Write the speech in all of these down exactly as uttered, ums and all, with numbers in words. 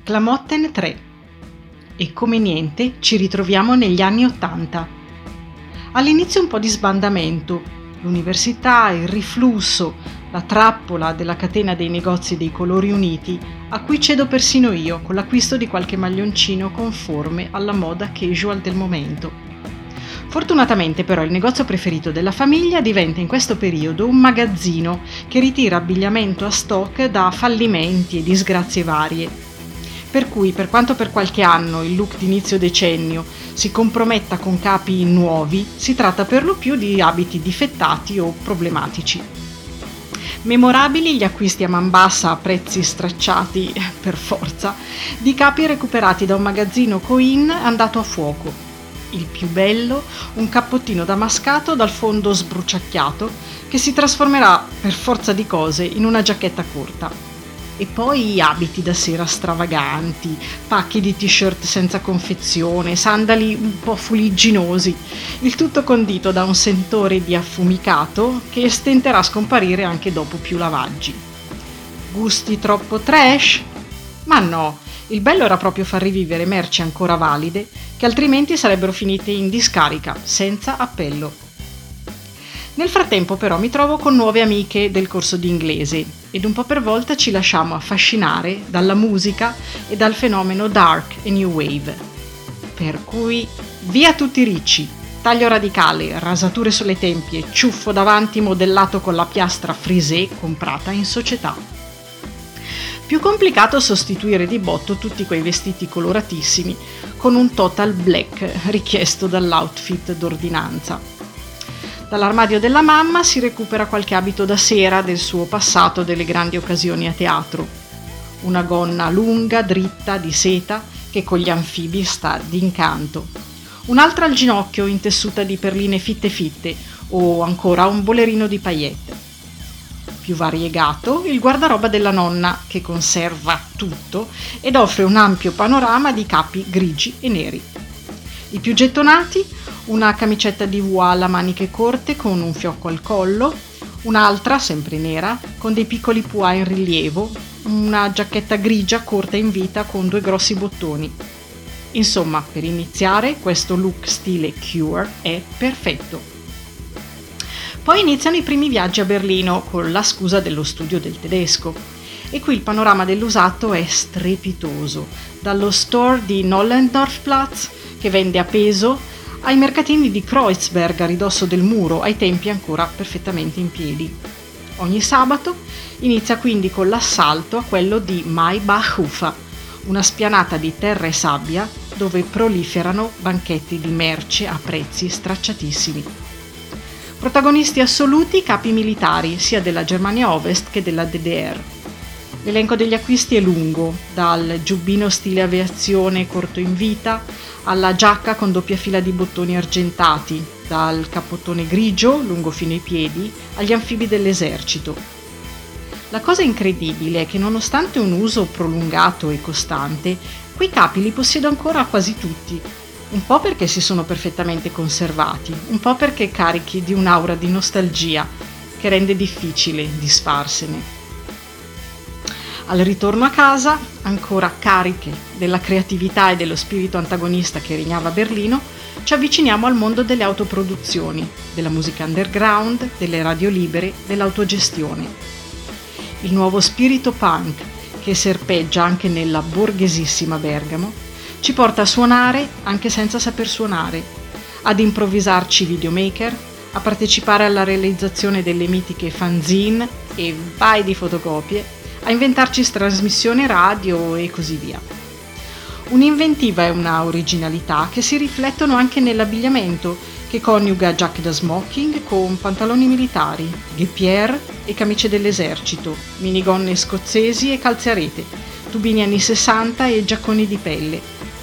Klamotten tre. E come niente ci ritroviamo negli anni Ottanta. All'inizio un po' di sbandamento, l'università, il riflusso, la trappola della catena dei negozi dei colori uniti, a cui cedo persino io con l'acquisto di qualche maglioncino conforme alla moda casual del momento. Fortunatamente però il negozio preferito della famiglia diventa in questo periodo un magazzino che ritira abbigliamento a stock da fallimenti e disgrazie varie. Per cui, per quanto per qualche anno il look di inizio decennio si comprometta con capi nuovi, si tratta per lo più di abiti difettati o problematici. Memorabili gli acquisti a man bassa a prezzi stracciati, per forza, di capi recuperati da un magazzino Coin andato a fuoco. Il più bello, un cappottino damascato dal fondo sbruciacchiato che si trasformerà per forza di cose in una giacchetta corta. E poi abiti da sera stravaganti, pacchi di t-shirt senza confezione, sandali un po' fuligginosi, il tutto condito da un sentore di affumicato che stenterà a scomparire anche dopo più lavaggi. Gusti troppo trash? Ma no, il bello era proprio far rivivere merci ancora valide che altrimenti sarebbero finite in discarica, senza appello. Nel frattempo però mi trovo con nuove amiche del corso di inglese ed un po' per volta ci lasciamo affascinare dalla musica e dal fenomeno dark e new wave. Per cui via tutti i ricci, taglio radicale, rasature sulle tempie, ciuffo davanti modellato con la piastra frisé comprata in società. Più complicato sostituire di botto tutti quei vestiti coloratissimi con un total black richiesto dall'outfit d'ordinanza. Dall'armadio della mamma si recupera qualche abito da sera del suo passato delle grandi occasioni a teatro. Una gonna lunga, dritta, di seta, che con gli anfibi sta d'incanto. Un'altra al ginocchio intessuta di perline fitte fitte o ancora un bolerino di paillette. Più variegato il guardaroba della nonna, che conserva tutto ed offre un ampio panorama di capi grigi e neri. I più gettonati, una camicetta di voile a maniche corte con un fiocco al collo, un'altra, sempre nera, con dei piccoli pois in rilievo, una giacchetta grigia corta in vita con due grossi bottoni. Insomma, per iniziare, questo look stile Cure è perfetto. Poi iniziano i primi viaggi a Berlino con la scusa dello studio del tedesco. E qui il panorama dell'usato è strepitoso, dallo store di Nollendorfplatz, che vende a peso, ai mercatini di Kreuzberg a ridosso del muro, ai tempi ancora perfettamente in piedi. Ogni sabato inizia quindi con l'assalto a quello di Maybach-Ufa, una spianata di terra e sabbia dove proliferano banchetti di merce a prezzi stracciatissimi. Protagonisti assoluti i capi militari, sia della Germania Ovest che della D D R. L'elenco degli acquisti è lungo, dal giubbino stile aviazione corto in vita, alla giacca con doppia fila di bottoni argentati, dal cappottone grigio, lungo fino ai piedi, agli anfibi dell'esercito. La cosa incredibile è che nonostante un uso prolungato e costante, quei capi li possiedo ancora quasi tutti. Un po' perché si sono perfettamente conservati, un po' perché carichi di un'aura di nostalgia che rende difficile disfarsene. Al ritorno a casa, ancora cariche della creatività e dello spirito antagonista che regnava a Berlino, ci avviciniamo al mondo delle autoproduzioni, della musica underground, delle radio libere, dell'autogestione. Il nuovo spirito punk, che serpeggia anche nella borghesissima Bergamo, ci porta a suonare anche senza saper suonare, ad improvvisarci videomaker, a partecipare alla realizzazione delle mitiche fanzine e vai di fotocopie, a inventarci trasmissioni radio e così via. Un'inventiva e una originalità che si riflettono anche nell'abbigliamento, che coniuga giacche da smoking con pantaloni militari, guêpière e camicie dell'esercito, minigonne scozzesi e calze a rete, tubini anni sessanta e giacconi di pelle.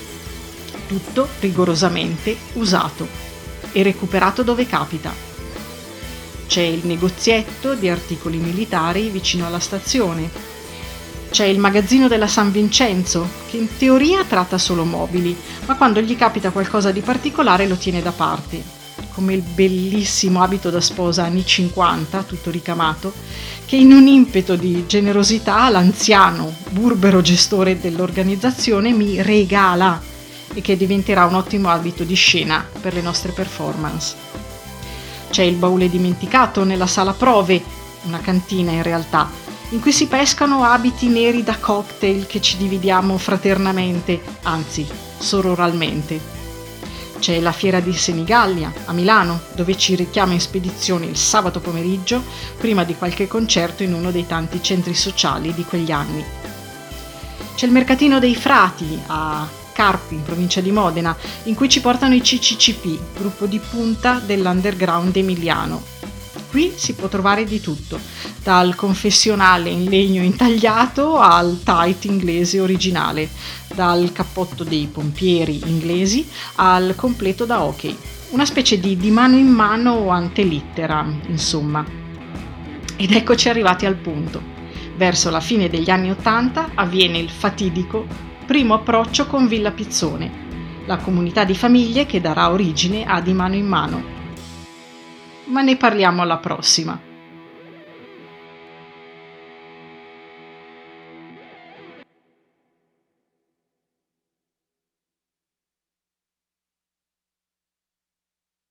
Tutto rigorosamente usato e recuperato dove capita. C'è il negozietto di articoli militari vicino alla stazione. C'è il magazzino della San Vincenzo, che in teoria tratta solo mobili, ma quando gli capita qualcosa di particolare lo tiene da parte, come il bellissimo abito da sposa anni cinquanta, tutto ricamato, che in un impeto di generosità l'anziano, burbero gestore dell'organizzazione mi regala e che diventerà un ottimo abito di scena per le nostre performance. C'è il baule dimenticato nella sala prove, una cantina in realtà, in cui si pescano abiti neri da cocktail che ci dividiamo fraternamente, anzi sororalmente. C'è la fiera di Senigallia a Milano, dove ci richiama in spedizione il sabato pomeriggio prima di qualche concerto in uno dei tanti centri sociali di quegli anni. C'è il mercatino dei frati a Carpi, in provincia di Modena, in cui ci portano i C C C P, gruppo di punta dell'underground emiliano. Qui si può trovare di tutto, dal confessionale in legno intagliato al tight inglese originale, dal cappotto dei pompieri inglesi al completo da hockey. Una specie di di mano in mano ante litteram, insomma. Ed eccoci arrivati al punto. Verso la fine degli anni Ottanta avviene il fatidico primo approccio con Villa Pizzone, la comunità di famiglie che darà origine a Di Mano in Mano. Ma ne parliamo alla prossima.